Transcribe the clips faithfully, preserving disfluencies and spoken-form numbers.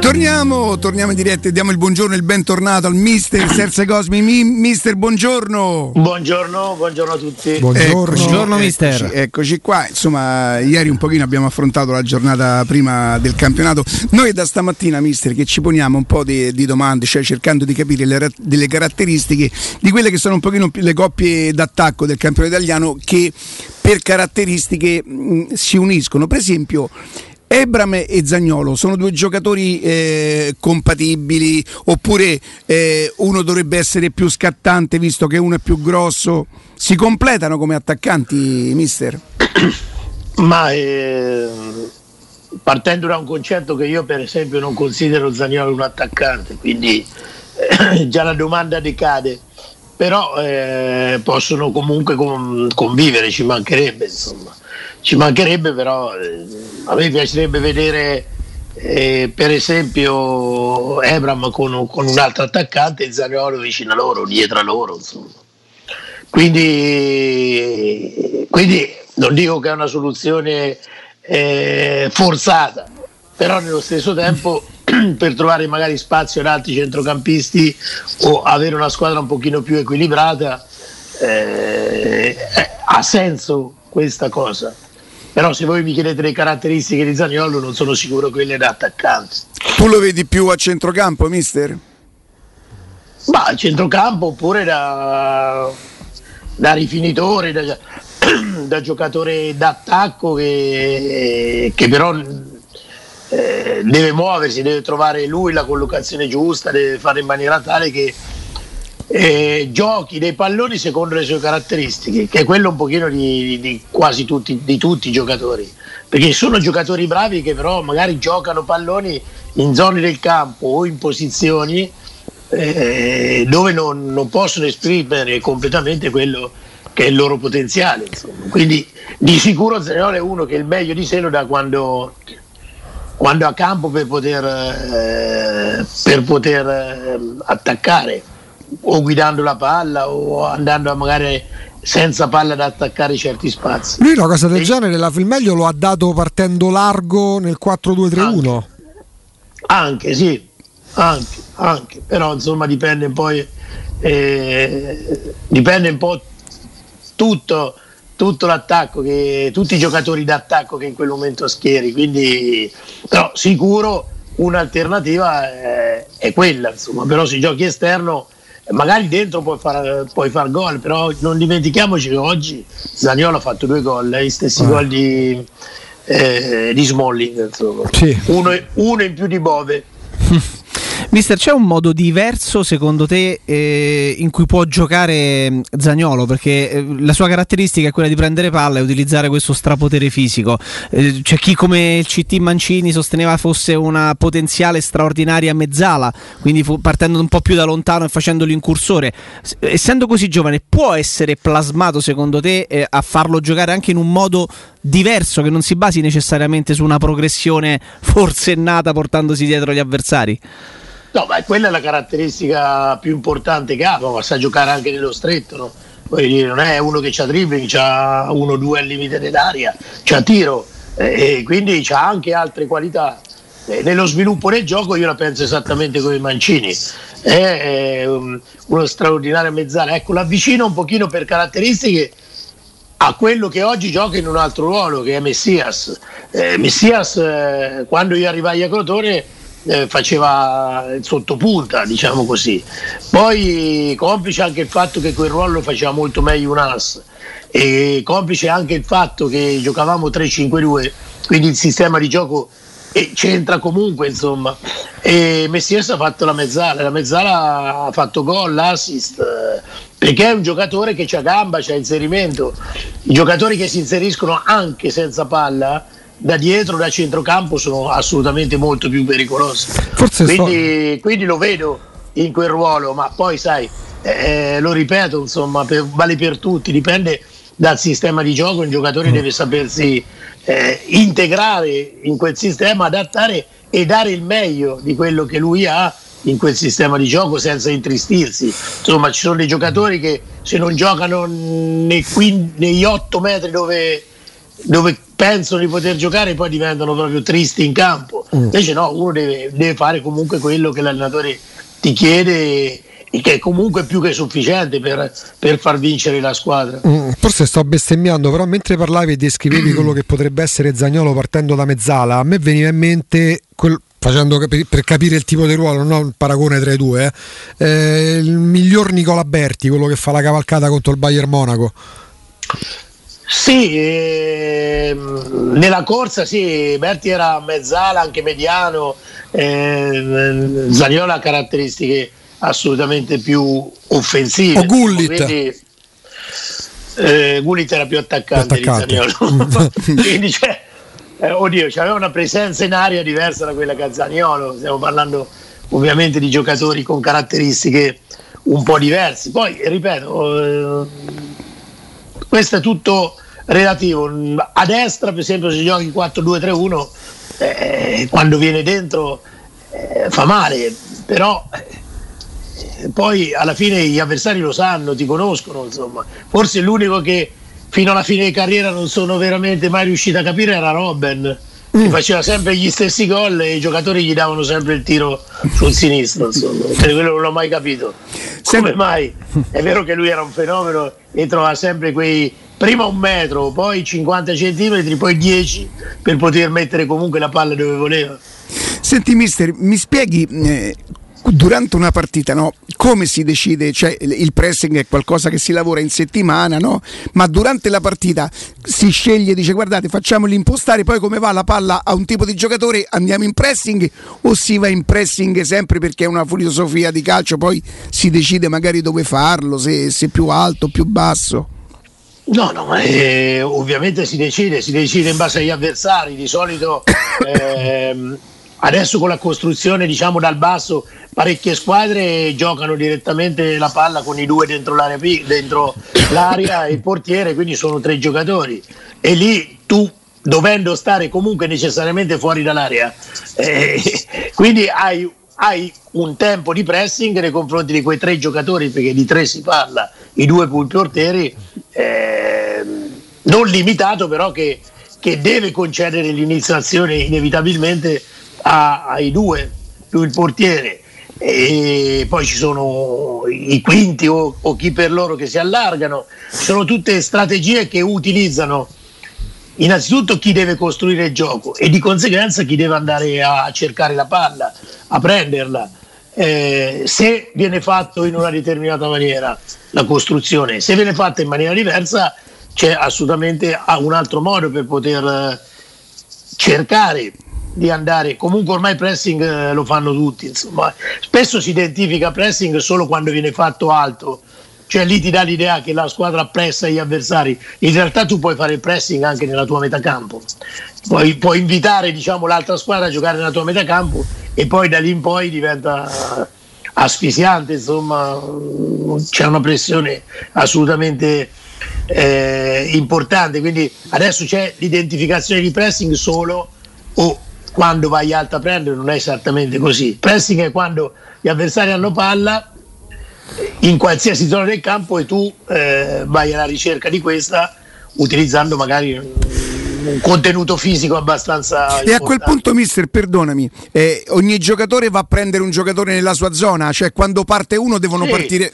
Torniamo, torniamo in diretta e diamo il buongiorno e il bentornato al mister Serse Cosmi. Mi, mister, buongiorno. Buongiorno, buongiorno a tutti. Buongiorno, eccoci, buongiorno eccoci, mister. Eccoci qua. Insomma, ieri un pochino abbiamo affrontato la giornata prima del campionato. Noi da stamattina, mister, che ci poniamo un po' di, di domande, cioè cercando di capire le, delle caratteristiche di quelle che sono un pochino le coppie d'attacco del campionato italiano che per caratteristiche mh, si uniscono. Per esempio, Ebram e Zaniolo sono due giocatori eh, compatibili, oppure eh, uno dovrebbe essere più scattante visto che uno è più grosso? Si completano come attaccanti, mister? Ma eh, partendo da un concetto che io per esempio non considero Zaniolo un attaccante, quindi eh, già la domanda decade, però eh, possono comunque con, convivere, ci mancherebbe, insomma. Ci mancherebbe, però eh, a me piacerebbe vedere eh, per esempio Ebram con, con un altro attaccante e Zaniolo vicino a loro, dietro a loro, insomma. Quindi, quindi non dico che è una soluzione eh, forzata, però nello stesso tempo per trovare magari spazio ad altri centrocampisti o avere una squadra un pochino più equilibrata eh, ha senso questa cosa. Però se voi mi chiedete le caratteristiche di Zaniolo non sono sicuro quelle da attaccante. Tu lo vedi più a centrocampo, mister? Ma a centrocampo oppure da, da rifinitore, da, da giocatore d'attacco che, che però eh, deve muoversi, deve trovare lui la collocazione giusta, deve fare in maniera tale che Eh, giochi dei palloni secondo le sue caratteristiche, che è quello un pochino di, di quasi tutti, di tutti i giocatori, perché sono giocatori bravi che però magari giocano palloni in zone del campo o in posizioni eh, dove non, non possono esprimere completamente quello che è il loro potenziale, insomma. Quindi di sicuro Zaniolo è uno che il meglio di sé lo dà quando quando è a campo per poter eh, per poter eh, attaccare, o guidando la palla o andando a magari senza palla ad attaccare certi spazi. Lui una cosa del e genere la, il meglio lo ha dato partendo largo nel quattro due tre uno. Anche, anche sì, anche, anche, però insomma dipende poi eh, dipende un po' tutto, tutto l'attacco, che tutti i giocatori d'attacco che in quel momento schieri, quindi però sicuro un'alternativa è, è quella, insomma. Però se giochi esterno magari dentro puoi far, puoi far gol, però non dimentichiamoci che oggi Zaniolo ha fatto due gol, gli stessi ah. gol di, eh, di Smalling, insomma. Sì. Uno, uno in più di Bove. Mister, c'è un modo diverso secondo te eh, in cui può giocare Zaniolo? Perché eh, la sua caratteristica è quella di prendere palla e utilizzare questo strapotere fisico. Eh, c'è chi come il C T Mancini sosteneva fosse una potenziale straordinaria mezzala, quindi fu, partendo un po' più da lontano e facendo l'incursore. S- essendo così giovane, può essere plasmato secondo te eh, a farlo giocare anche in un modo diverso, che non si basi necessariamente su una progressione forsennata portandosi dietro gli avversari? No, ma quella è la caratteristica più importante che ha, ma sa giocare anche nello stretto, no? Voglio dire, non è uno che c'ha dribbling, c'ha uno o due al limite dell'aria, c'ha tiro, eh, e quindi c'ha anche altre qualità. Eh, nello sviluppo del gioco io la penso esattamente come Mancini, è, è um, uno straordinario mezzala. Ecco, l'avvicino un pochino per caratteristiche a quello che oggi gioca in un altro ruolo, che è Messias. Eh, Messias, eh, quando io arrivai a Crotone, Eh, faceva il sottopunta, diciamo così. Poi complice anche il fatto che quel ruolo lo faceva molto meglio un as, e complice anche il fatto che giocavamo tre cinque due, quindi il sistema di gioco eh, c'entra comunque, insomma. E Messias ha fatto la mezzala, la mezzala ha fatto gol, assist, eh, perché è un giocatore che c'ha gamba, c'ha inserimento. I giocatori che si inseriscono anche senza palla da dietro, da centrocampo, sono assolutamente molto più pericolosi. Forse quindi, so. quindi lo vedo in quel ruolo, ma poi sai, eh, lo ripeto, insomma, per, vale per tutti, dipende dal sistema di gioco. Un giocatore mm. deve sapersi eh, integrare in quel sistema, adattare e dare il meglio di quello che lui ha in quel sistema di gioco senza intristirsi. Insomma, ci sono dei giocatori che se non giocano nei quin- negli otto metri dove dove pensano di poter giocare, poi diventano proprio tristi in campo. Mm. Invece no, uno deve, deve fare comunque quello che l'allenatore ti chiede e che è comunque più che sufficiente per, per far vincere la squadra. Mm, forse sto bestemmiando, però mentre parlavi e descrivevi quello che potrebbe essere Zaniolo partendo da mezzala, a me veniva in mente quel, facendo capi- per capire il tipo di ruolo, non il paragone tra i due, eh, eh, il miglior Nicola Berti, quello che fa la cavalcata contro il Bayern Monaco. Sì, ehm, nella corsa sì, Berti era mezzala, anche mediano, eh, Zaniolo ha caratteristiche assolutamente più offensive. O Gullit. Quindi, eh, Gullit era più attaccante, più attaccante. di Zaniolo. Quindi cioè, eh, oddio, c'aveva una presenza in aria diversa da quella che ha Zaniolo. Stiamo parlando ovviamente di giocatori con caratteristiche un po' diverse. Poi, ripeto, eh, questo è tutto relativo. A destra, per esempio, se giochi quattro due tre uno, eh, quando viene dentro eh, fa male, però eh, poi alla fine gli avversari lo sanno, ti conoscono, insomma. Forse l'unico che fino alla fine di carriera non sono veramente mai riuscito a capire era Robben, che mm. faceva sempre gli stessi gol e i giocatori gli davano sempre il tiro sul sinistro, insomma. Quello non l'ho mai capito. Come mai? È vero che lui era un fenomeno e trovava sempre quei prima un metro, poi cinquanta centimetri, poi dieci per poter mettere comunque la palla dove voleva. Senti mister, mi spieghi eh, durante una partita, no? Come si decide? Cioè, il pressing è qualcosa che si lavora in settimana, no? Ma durante la partita si sceglie, dice guardate facciamoli impostare, poi come va la palla a un tipo di giocatore andiamo in pressing, o si va in pressing sempre perché è una filosofia di calcio, poi si decide magari dove farlo, se, se più alto, più basso? No, no, ma eh, ovviamente si decide, si decide in base agli avversari, di solito ehm, adesso con la costruzione diciamo dal basso parecchie squadre giocano direttamente la palla con i due dentro l'area, dentro l'area e il portiere, quindi sono tre giocatori e lì tu dovendo stare comunque necessariamente fuori dall'area eh, quindi hai, hai un tempo di pressing nei confronti di quei tre giocatori, perché di tre si parla, i due più i portieri, eh, non limitato però che, che deve concedere l'inizio azione inevitabilmente a, ai due più il portiere, e poi ci sono i quinti o, o chi per loro che si allargano. Sono tutte strategie che utilizzano innanzitutto chi deve costruire il gioco e di conseguenza chi deve andare a cercare la palla, a prenderla. Eh, se viene fatto in una determinata maniera la costruzione, se viene fatta in maniera diversa c'è assolutamente un altro modo per poter cercare di andare. Comunque ormai pressing eh, lo fanno tutti, insomma. Spesso si identifica pressing solo quando viene fatto alto, cioè lì ti dà l'idea che la squadra pressa gli avversari. In realtà tu puoi fare il pressing anche nella tua metà campo, puoi, puoi invitare diciamo l'altra squadra a giocare nella tua metà campo e poi da lì in poi diventa asfissiante, insomma c'è una pressione assolutamente eh, importante. Quindi adesso c'è l'identificazione di pressing solo o quando vai alta a prendere, non è esattamente così. Pressing è quando gli avversari hanno palla in qualsiasi zona del campo e tu eh, vai alla ricerca di questa utilizzando magari un contenuto fisico abbastanza importante. E a quel punto mister perdonami, eh, ogni giocatore va a prendere un giocatore nella sua zona, cioè quando parte uno devono sì. partire.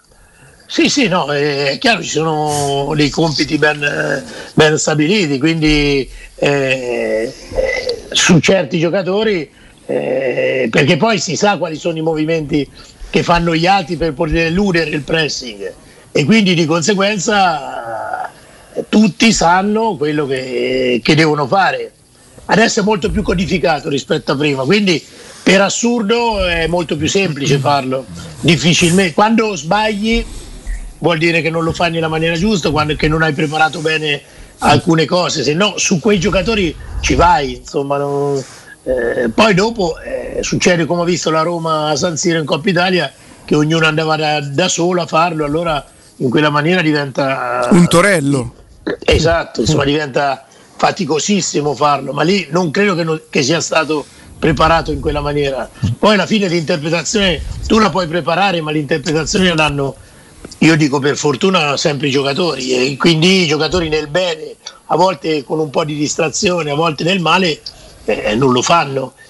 Sì, sì, no, è chiaro, ci sono dei compiti ben, ben stabiliti, quindi eh, su certi giocatori eh, perché poi si sa quali sono i movimenti che fanno gli altri per poter eludere il pressing e quindi di conseguenza eh, tutti sanno quello che, che devono fare. Adesso è molto più codificato rispetto a prima, quindi per assurdo è molto più semplice farlo. Difficilmente quando sbagli vuol dire che non lo fai nella maniera giusta, quando che non hai preparato bene alcune cose, se no su quei giocatori ci vai, insomma non, eh, poi dopo eh, succede come ho visto la Roma a San Siro in Coppa Italia, che ognuno andava da, da solo a farlo, allora in quella maniera diventa un torello, esatto, insomma diventa faticosissimo farlo, ma lì non credo che, non, che sia stato preparato in quella maniera. Poi alla fine l'interpretazione tu la puoi preparare, ma l'interpretazione l'hanno, io dico per fortuna, sempre i giocatori, e quindi i giocatori nel bene, a volte con un po' di distrazione, a volte nel male, eh, non lo fanno.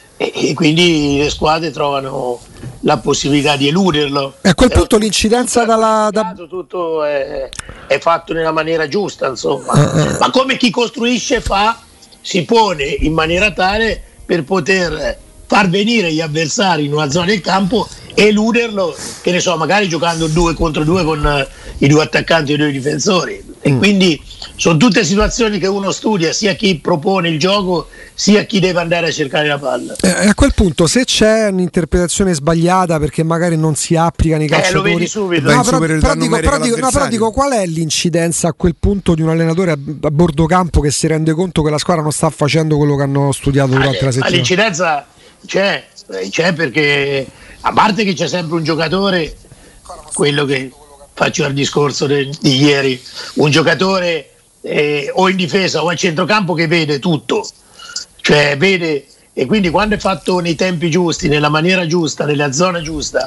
e quindi le squadre trovano la possibilità di eluderlo. E a quel punto l'incidenza dalla da... tutto è, è fatto nella maniera giusta, insomma. Uh, uh. Ma come chi costruisce fa, si pone in maniera tale per poter far venire gli avversari in una zona del campo e eluderlo, che ne so, magari giocando due contro due con uh, i due attaccanti e i due difensori. E mm. quindi sono tutte situazioni che uno studia, sia chi propone il gioco sia chi deve andare a cercare la palla. E a quel punto, se c'è un'interpretazione sbagliata perché magari non si applica nei calciatori, eh, lo vedi subito. No, però, però, dico, però, dico, no, però dico, qual è l'incidenza a quel punto di un allenatore a, a bordo campo che si rende conto che la squadra non sta facendo quello che hanno studiato durante ah, la settimana? L'incidenza c'è, c'è perché, a parte che c'è sempre un giocatore, quello che faccio il discorso de, di ieri, un giocatore eh, o in difesa o a centrocampo che vede tutto, cioè vede, e quindi quando è fatto nei tempi giusti, nella maniera giusta, nella zona giusta,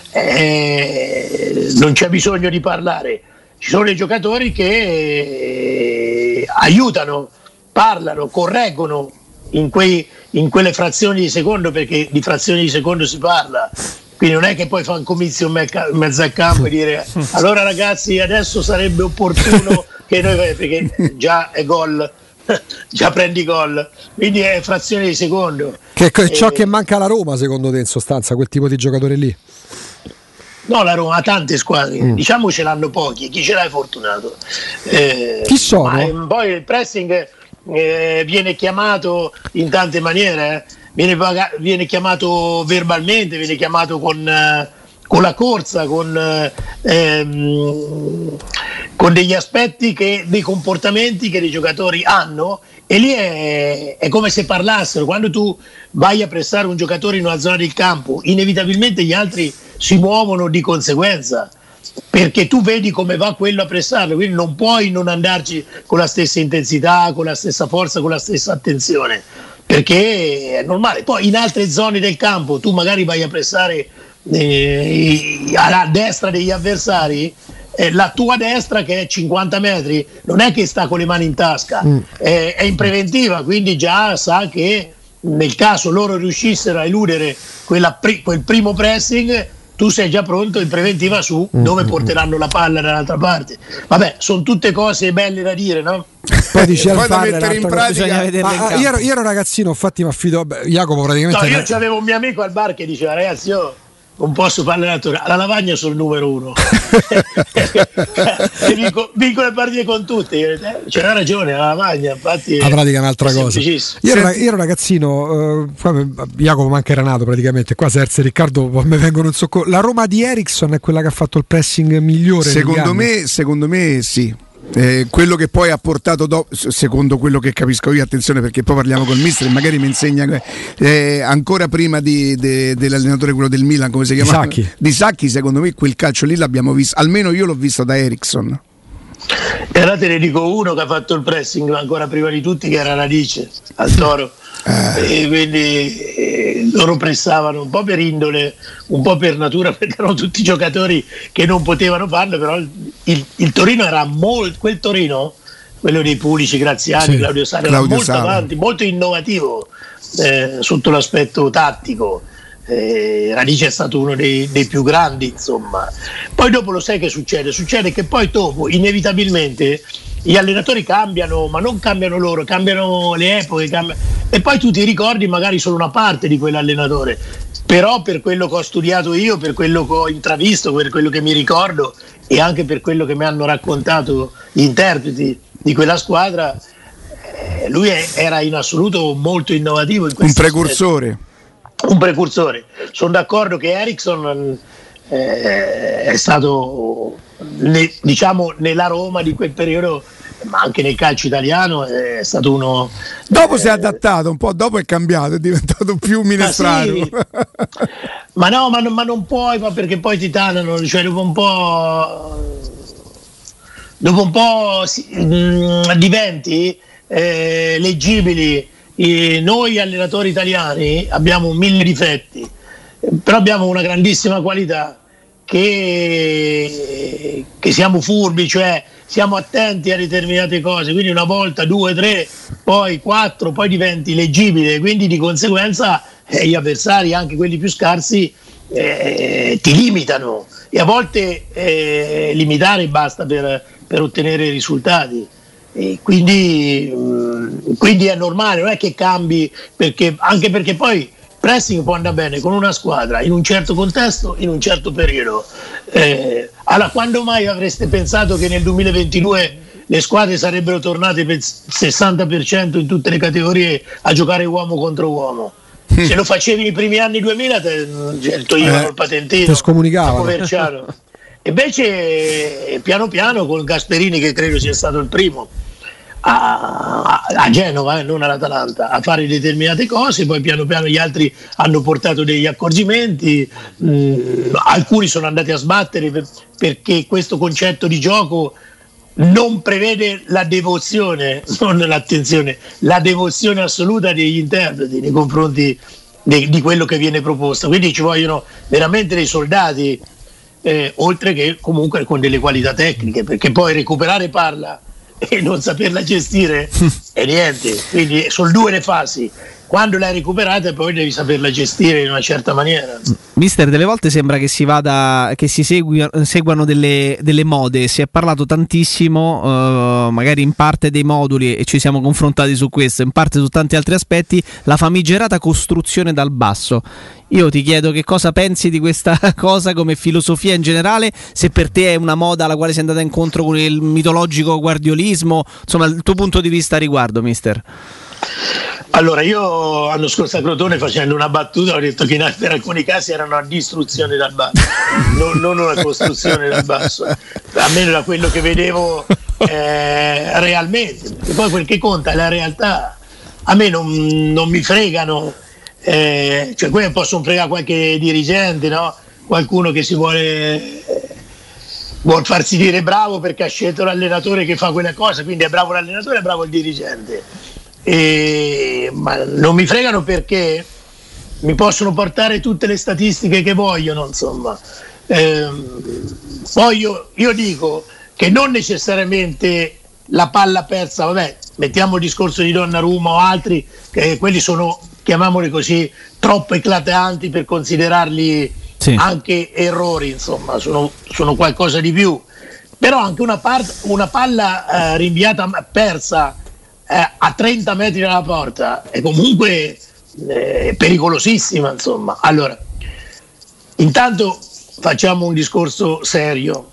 eh, non c'è bisogno di parlare. Ci sono i giocatori che eh, aiutano, parlano, correggono in, quei, in quelle frazioni di secondo, perché di frazioni di secondo si parla. Quindi non è che poi fa un comizio in mezzo al campo e dire allora ragazzi adesso sarebbe opportuno che noi, perché già è gol, già prendi gol, quindi è frazione di secondo. Che è ciò e... che manca alla Roma secondo te in sostanza, quel tipo di giocatore lì? No, la Roma ha tante squadre, mm. diciamo ce l'hanno pochi, chi ce l'ha è fortunato. Eh, chi sono? Ma poi il pressing eh, viene chiamato in tante maniere, eh. Viene, viene chiamato verbalmente, viene chiamato con, eh, con la corsa, con, eh, ehm, con degli aspetti, che, dei comportamenti che i giocatori hanno, e lì è, è come se parlassero. Quando tu vai a pressare un giocatore in una zona del campo, inevitabilmente gli altri si muovono di conseguenza, perché tu vedi come va quello a pressarlo, quindi non puoi non andarci con la stessa intensità, con la stessa forza, con la stessa attenzione, perché è normale. Poi in altre zone del campo tu magari vai a pressare eh, alla destra degli avversari, eh, la tua destra che è cinquanta metri non è che sta con le mani in tasca, mm. è, è in preventiva, quindi già sa che nel caso loro riuscissero a eludere quella, quel primo pressing, tu sei già pronto in preventiva su dove porteranno la palla dall'altra parte. Vabbè, sono tutte cose belle da dire, no? Poi dice poi da mettere in pratica. Ma, io, ero, io ero ragazzino, infatti mi affido a Jacopo praticamente. No, io c'avevo un mio amico al bar che diceva ragazzi io non posso fare l'allenatore, alla lavagna sono il numero uno. vinco, vinco le partite con tutti, c'era ragione, la lavagna infatti la pratica è un'altra è cosa. Io ero, io ero ragazzino, uh, Jacopo manca era nato praticamente, qua Serse e Riccardo mi vengono in soccorso. La Roma di Eriksson è quella che ha fatto il pressing migliore secondo me, secondo me sì. Eh, quello che poi ha portato dopo, secondo quello che capisco io, attenzione perché poi parliamo col mister e magari mi insegna eh, ancora prima di, de, dell'allenatore quello del Milan, come si chiama? Sacchi. Di Sacchi, secondo me quel calcio lì l'abbiamo visto, almeno io l'ho visto da Eriksson. E allora te ne dico uno che ha fatto il pressing ancora prima di tutti, che era Radice al Toro. Eh. E quindi eh, loro pressavano un po' per indole, un po' per natura, perché erano tutti giocatori che non potevano farlo, però il, il, il Torino era molto, quel Torino, quello dei Pulici, Graziani, sì. Claudio Sala, era molto Sala. avanti, molto innovativo eh, sotto l'aspetto tattico. Eh, Radice è stato uno dei, dei più grandi, insomma. Poi dopo lo sai che succede? Succede che poi dopo inevitabilmente gli allenatori cambiano, ma non cambiano loro, cambiano le epoche, cambiano, e poi tu ti ricordi magari solo una parte di quell'allenatore, però per quello che ho studiato io, per quello che ho intravisto, per quello che mi ricordo e anche per quello che mi hanno raccontato gli interpreti di quella squadra, eh, lui è, era in assoluto molto innovativo in un precursore aspetto. Un precursore. Sono d'accordo che Eriksson eh, è stato ne, diciamo nella Roma di quel periodo, ma anche nel calcio italiano è stato uno. Dopo eh, si è adattato un po', dopo è cambiato, è diventato più minestrano. Ma, sì. ma no, ma, ma non puoi, ma perché poi ti tanano, cioè dopo un po', dopo un po' si, mh, diventi eh, leggibili. E noi allenatori italiani abbiamo mille difetti, però abbiamo una grandissima qualità, che, che siamo furbi, cioè siamo attenti a determinate cose, quindi una volta, due, tre, poi quattro, poi diventi leggibile, quindi di conseguenza eh, gli avversari, anche quelli più scarsi, eh, ti limitano, e a volte eh, limitare basta per, per ottenere risultati. E quindi, mh, quindi è normale, non è che cambi, perché, anche perché poi pressing può andare bene con una squadra in un certo contesto, in un certo periodo. Eh, allora, quando mai avreste pensato che nel duemilaventidue le squadre sarebbero tornate per il sessanta per cento in tutte le categorie a giocare uomo contro uomo? Se lo facevi nei primi anni duemila te toglievano Eh, il patentino, te scomunicavano. Coverciano. Invece piano piano con Gasperini, che credo sia stato il primo a, a Genova, eh, non all'Atalanta, a fare determinate cose, poi piano piano gli altri hanno portato degli accorgimenti, mh, alcuni sono andati a sbattere per, perché questo concetto di gioco non prevede la devozione, non l'attenzione, la devozione assoluta degli interpreti nei confronti de, di quello che viene proposto. Quindi ci vogliono veramente dei soldati, eh, oltre che comunque con delle qualità tecniche, perché poi recuperare palla e non saperla gestire è niente. Quindi sono due le fasi: quando l'hai recuperata, poi devi saperla gestire in una certa maniera. Mister, delle volte sembra che si vada, che si segui, seguano delle, delle mode. Si è parlato tantissimo, uh, magari in parte dei moduli, e ci siamo confrontati su questo, in parte su tanti altri aspetti, la famigerata costruzione dal basso. Io ti chiedo che cosa pensi di questa cosa come filosofia in generale, se per te è una moda alla quale sei andata incontro con il mitologico guardiolismo, insomma il tuo punto di vista a riguardo, mister. Allora, io l'anno scorso a Crotone, facendo una battuta, ho detto che per alcuni casi era una distruzione dal basso, non, non una costruzione dal basso, almeno da quello che vedevo eh, realmente, perché poi quel che conta è la realtà. A me non, non mi fregano, eh, cioè quelli possono fregare qualche dirigente, no? Qualcuno che si vuole eh, vuol farsi dire bravo perché ha scelto l'allenatore che fa quella cosa, quindi è bravo l'allenatore, è bravo il dirigente. E, ma non mi fregano, perché mi possono portare tutte le statistiche che vogliono, insomma. Ehm, poi io, io dico che non necessariamente la palla persa, vabbè, mettiamo il discorso di Donnarumma o altri, che quelli sono, chiamiamoli così, troppo eclatanti per considerarli sì. anche errori, insomma, sono, sono qualcosa di più. Però anche una, part, una palla eh, rinviata persa Eh, a trenta metri dalla porta è comunque eh, pericolosissima, insomma. Allora, intanto facciamo un discorso serio.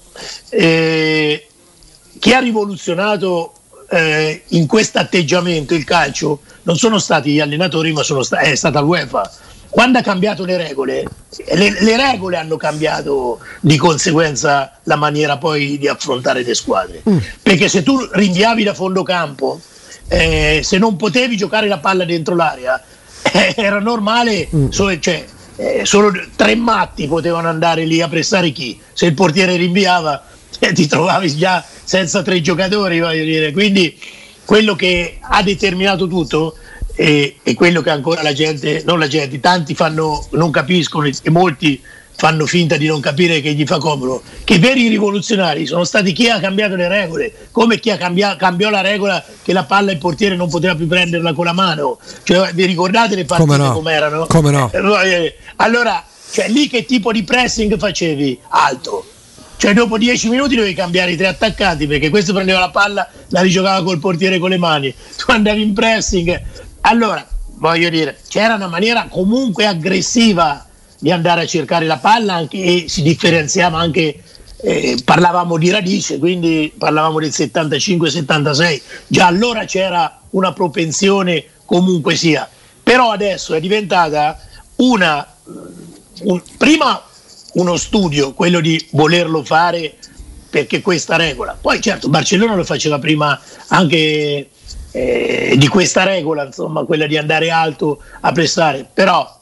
Eh, chi ha rivoluzionato eh, in questo atteggiamento il calcio non sono stati gli allenatori, ma sono sta- è stata l'UEFA. Quando ha cambiato le regole, le, le regole hanno cambiato di conseguenza la maniera poi di affrontare le squadre. Mm. Perché se tu rinviavi da fondo campo, Eh, se non potevi giocare la palla dentro l'area, eh, era normale, mm. so, cioè, eh, solo tre matti potevano andare lì a pressare chi? Se il portiere rinviava, eh, ti trovavi già senza tre giocatori, voglio dire. Quindi quello che ha determinato tutto è, è quello che ancora la gente, non la gente, tanti fanno, non capiscono, e molti fanno finta di non capire, che gli fa comodo, che i veri rivoluzionari sono stati chi ha cambiato le regole, come chi ha cambiato, cambiò la regola che la palla il portiere non poteva più prenderla con la mano. Cioè, vi ricordate le partite come no? com'erano? Come no? Allora, cioè, lì che tipo di pressing facevi? Alto. Cioè dopo dieci minuti dovevi cambiare i tre attaccanti, perché questo prendeva la palla, la rigiocava col portiere con le mani, tu andavi in pressing. Allora, voglio dire, c'era una maniera comunque aggressiva di andare a cercare la palla, anche, e si differenziava anche, eh, parlavamo di radice, quindi parlavamo del settantacinque settantasei, già allora c'era una propensione comunque sia. Però adesso è diventata una un, prima uno studio, quello di volerlo fare perché questa regola, poi certo Barcellona lo faceva prima anche eh, di questa regola, insomma, quella di andare alto a pressare, però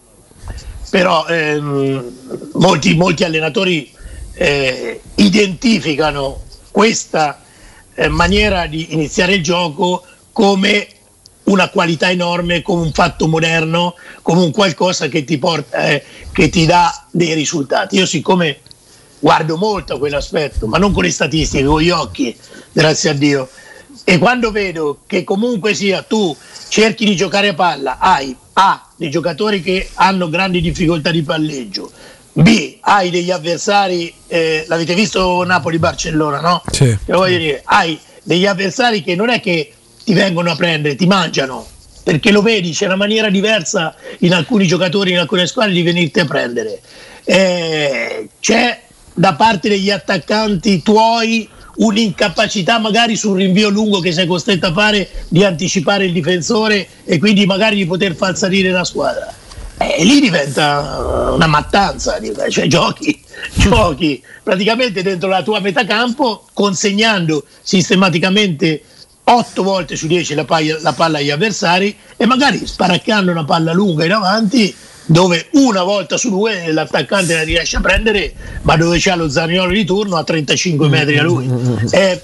però ehm, molti, molti allenatori eh, identificano questa eh, maniera di iniziare il gioco come una qualità enorme, come un fatto moderno, come un qualcosa che ti porta, eh, che ti dà dei risultati. Io siccome guardo molto a quell'aspetto, ma non con le statistiche, con gli occhi, grazie a Dio, e quando vedo che comunque sia tu cerchi di giocare a palla, hai A, dei giocatori che hanno grandi difficoltà di palleggio. B, hai degli avversari, eh, l'avete visto Napoli-Barcellona, no? Sì. Che voglio dire, hai degli avversari che non è che ti vengono a prendere, ti mangiano, perché lo vedi, c'è una maniera diversa in alcuni giocatori, in alcune squadre di venirti a prendere. Eh, c'è da parte degli attaccanti tuoi un'incapacità magari sul rinvio lungo che sei costretto a fare di anticipare il difensore e quindi magari di poter far salire la squadra. E lì diventa una mattanza, cioè giochi, giochi praticamente dentro la tua metà campo consegnando sistematicamente otto volte su dieci la, palla, la palla agli avversari e magari sparaccando una palla lunga in avanti dove una volta su due l'attaccante la riesce a prendere, ma dove c'ha lo Zaniolo di turno a trentacinque metri a lui. Eh,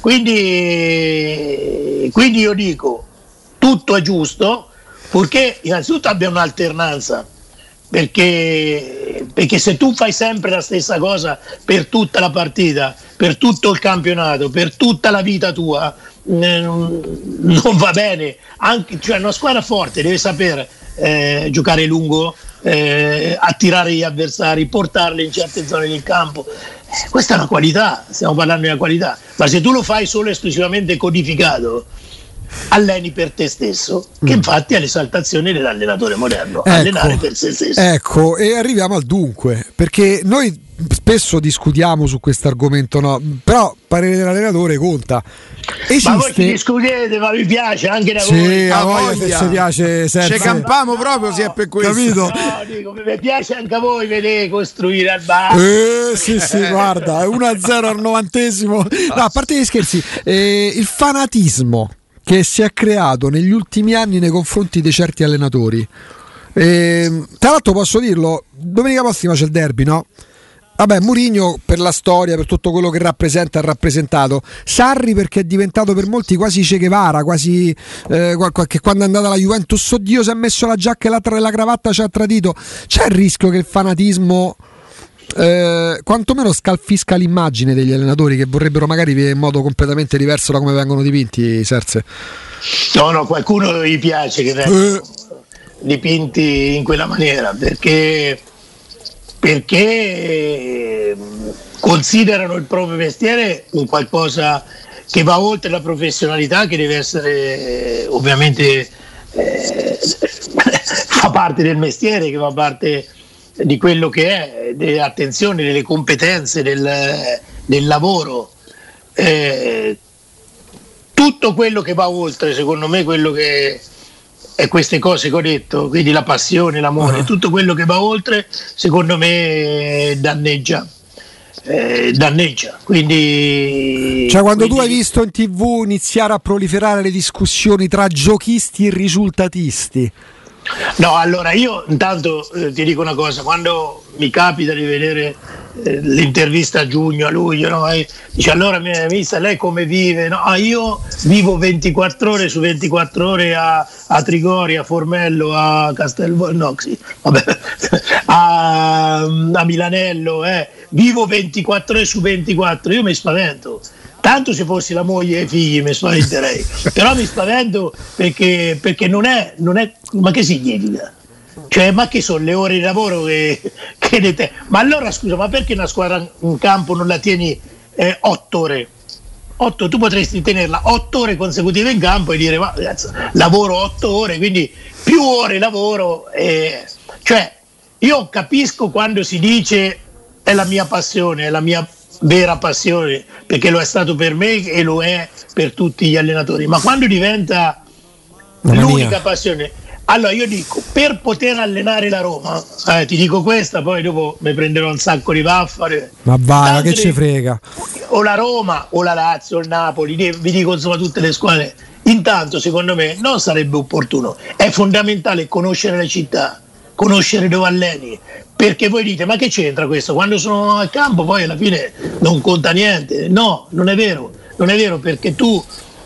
quindi, quindi io dico, tutto è giusto, purché innanzitutto abbia un'alternanza, perché, perché se tu fai sempre la stessa cosa per tutta la partita, per tutto il campionato, per tutta la vita tua, eh, non va bene. Anche, cioè una squadra forte deve sapere eh, giocare lungo, eh, attirare gli avversari, portarli in certe zone del campo. Eh, questa è una qualità, stiamo parlando di una qualità, ma se tu lo fai solo esclusivamente codificato, alleni per te stesso, che infatti è l'esaltazione dell'allenatore moderno, ecco, allenare per se stesso. Ecco, e arriviamo al dunque, perché noi spesso discutiamo su questo argomento, no? Però parere dell'allenatore conta. Esiste... Ma voi ci discutete, ma vi piace anche da sì, voi? a voi se ci piace, ci campiamo proprio no, se è per questo, capito? No, dico, mi piace anche a voi vedere costruire al bar. Eh, sì, sì, guarda, uno a zero al novantesimo. No, a parte gli scherzi, eh, il fanatismo che si è creato negli ultimi anni nei confronti di certi allenatori. E, tra l'altro posso dirlo, domenica prossima c'è il derby, no? Vabbè, Mourinho per la storia, per tutto quello che rappresenta, ha rappresentato. Sarri perché è diventato per molti quasi Che Guevara, quasi eh, che quando è andata alla Juventus, oddio, si è messo la giacca e la, tra- la cravatta ci ha tradito. C'è il rischio che il fanatismo Eh, quantomeno scalfisca l'immagine degli allenatori che vorrebbero magari vivere in modo completamente diverso da come vengono dipinti, Serse? No, no, qualcuno gli piace che vengano eh. dipinti in quella maniera perché, perché considerano il proprio mestiere un qualcosa che va oltre la professionalità, che deve essere ovviamente eh, fa parte del mestiere, che fa parte di quello che è, delle attenzioni, delle competenze, del, del lavoro, eh, tutto quello che va oltre, secondo me, quello che è queste cose che ho detto, quindi la passione, l'amore, uh-huh. tutto quello che va oltre, secondo me danneggia. Eh, danneggia, quindi cioè quando quindi... tu hai visto in tv iniziare a proliferare le discussioni tra giochisti e risultatisti. No, allora io intanto eh, ti dico una cosa, quando mi capita di vedere eh, l'intervista a giugno, a luglio, no? E dice allora mia vista lei come vive? No, ah, io vivo ventiquattro ore su ventiquattro ore a, a Trigori, a Formello, a Castelvo, no, sì, vabbè, a, a Milanello, eh. Vivo ventiquattro ore su ventiquattro, io mi spavento. Tanto se fossi la moglie e i figli mi spaventerei, però mi spavento perché, perché non, è, non è. Ma che significa? Cioè, ma che sono le ore di lavoro che, che ne te... Ma allora scusa, ma perché una squadra in campo non la tieni eh, otto ore? Otto, tu potresti tenerla otto ore consecutive in campo e dire, ma ragazzi, lavoro otto ore, quindi più ore lavoro. Eh. Cioè, io capisco quando si dice è la mia passione, è la mia vera passione, perché lo è stato per me e lo è per tutti gli allenatori, ma quando diventa Mamma l'unica mia. passione, allora io dico, per poter allenare la Roma, eh, ti dico questa, poi dopo mi prenderò un sacco di vaffare, ma vai, che ci frega, o la Roma o la Lazio o il Napoli, vi dico insomma tutte le squadre, intanto secondo me non sarebbe opportuno, è fondamentale conoscere le città, conoscere dove alleni, perché voi dite ma che c'entra questo, quando sono al campo poi alla fine non conta niente. No, non è vero, non è vero, perché tu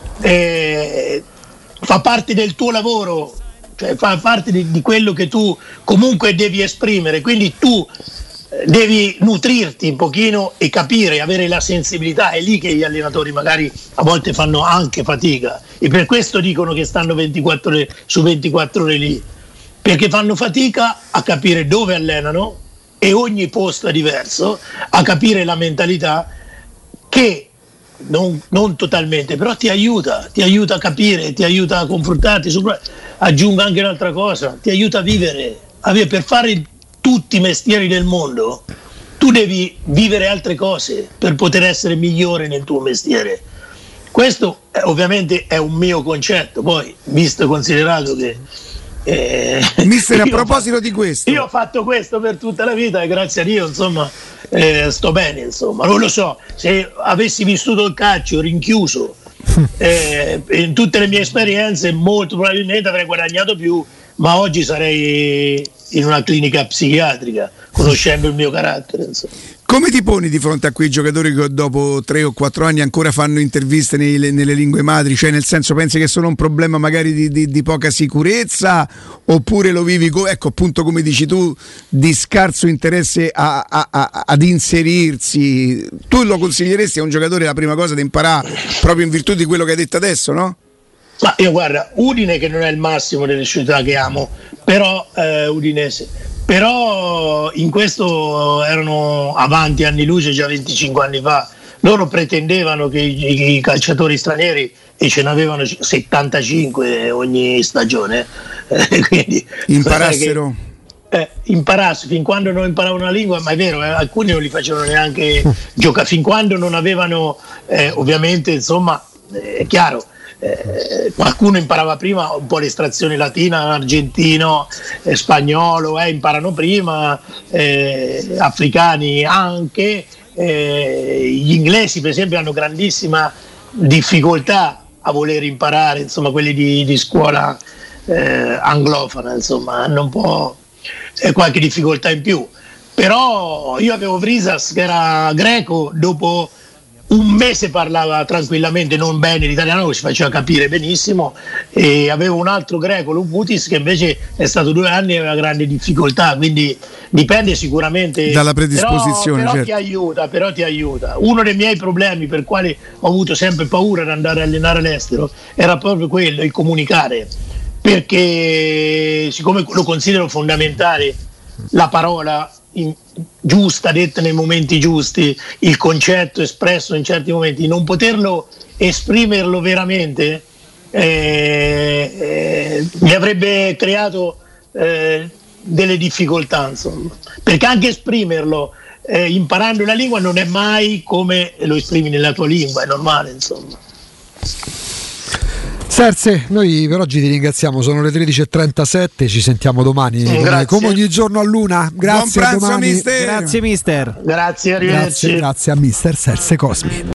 eh, fa parte del tuo lavoro, cioè fa parte di, di quello che tu comunque devi esprimere, quindi tu eh, devi nutrirti un pochino e capire, avere la sensibilità. È lì che gli allenatori magari a volte fanno anche fatica e per questo dicono che stanno ventiquattro ore su ventiquattro ore lì, perché fanno fatica a capire dove allenano, e ogni posto è diverso, a capire la mentalità che non, non totalmente, però ti aiuta, ti aiuta a capire, ti aiuta a confrontarti. Aggiungo anche un'altra cosa, ti aiuta a vivere, a vivere. Per fare tutti i mestieri del mondo tu devi vivere altre cose per poter essere migliore nel tuo mestiere. Questo eh, ovviamente è un mio concetto, poi visto e considerato che eh, mister, a proposito fatto, di questo, io ho fatto questo per tutta la vita e grazie a Dio insomma eh, sto bene, insomma non lo so, se avessi vissuto il calcio rinchiuso eh, in tutte le mie esperienze molto probabilmente avrei guadagnato più, ma oggi sarei in una clinica psichiatrica, conoscendo il mio carattere, insomma. Come ti poni di fronte a quei giocatori che dopo tre o quattro anni ancora fanno interviste nelle, nelle lingue madri? Cioè, nel senso, pensi che sono un problema magari di, di, di poca sicurezza, oppure lo vivi, co- ecco appunto come dici tu, di scarso interesse a, a, a, ad inserirsi? Tu lo consiglieresti a un giocatore la prima cosa da imparare proprio in virtù di quello che hai detto adesso, no? Ma io guarda, Udine che non è il massimo delle città che amo, però eh, Udinese, però in questo erano avanti anni luce già venticinque anni fa. Loro pretendevano che i, i calciatori stranieri, e ce n'avevano settantacinque ogni stagione, eh, quindi imparassero che, eh, imparassero fin quando non imparavano una lingua, ma è vero, eh, alcuni non li facevano neanche giocare fin quando non avevano eh, ovviamente insomma eh, è chiaro. Eh, qualcuno imparava prima un po' l'estrazione latina, argentino, eh, spagnolo, eh, imparano prima, eh, africani anche, eh, gli inglesi per esempio hanno grandissima difficoltà a voler imparare, insomma quelli di, di scuola eh, anglofona, insomma hanno un po' eh, qualche difficoltà in più, però io avevo Vrisas che era greco, dopo un mese parlava tranquillamente, non bene l'italiano, che si faceva capire benissimo, e avevo un altro greco, Luputis, che invece è stato due anni e aveva grandi difficoltà, quindi dipende sicuramente dalla predisposizione, però, però certo. ti aiuta, però ti aiuta. Uno dei miei problemi per quali ho avuto sempre paura di andare a allenare all'estero era proprio quello, il comunicare, perché siccome lo considero fondamentale la parola in, giusta, detta nei momenti giusti, il concetto espresso in certi momenti, non poterlo esprimerlo veramente eh, eh, mi avrebbe creato eh, delle difficoltà, insomma, perché anche esprimerlo eh, imparando la lingua non è mai come lo esprimi nella tua lingua, è normale, insomma. Serse, noi per oggi ti ringraziamo, sono le tredici e trentasette, ci sentiamo domani come, come ogni giorno a luna. Grazie, buon pranzo, a domani. mister. Grazie mister. Grazie, arrivederci. Grazie, grazie a mister Serse Cosmi.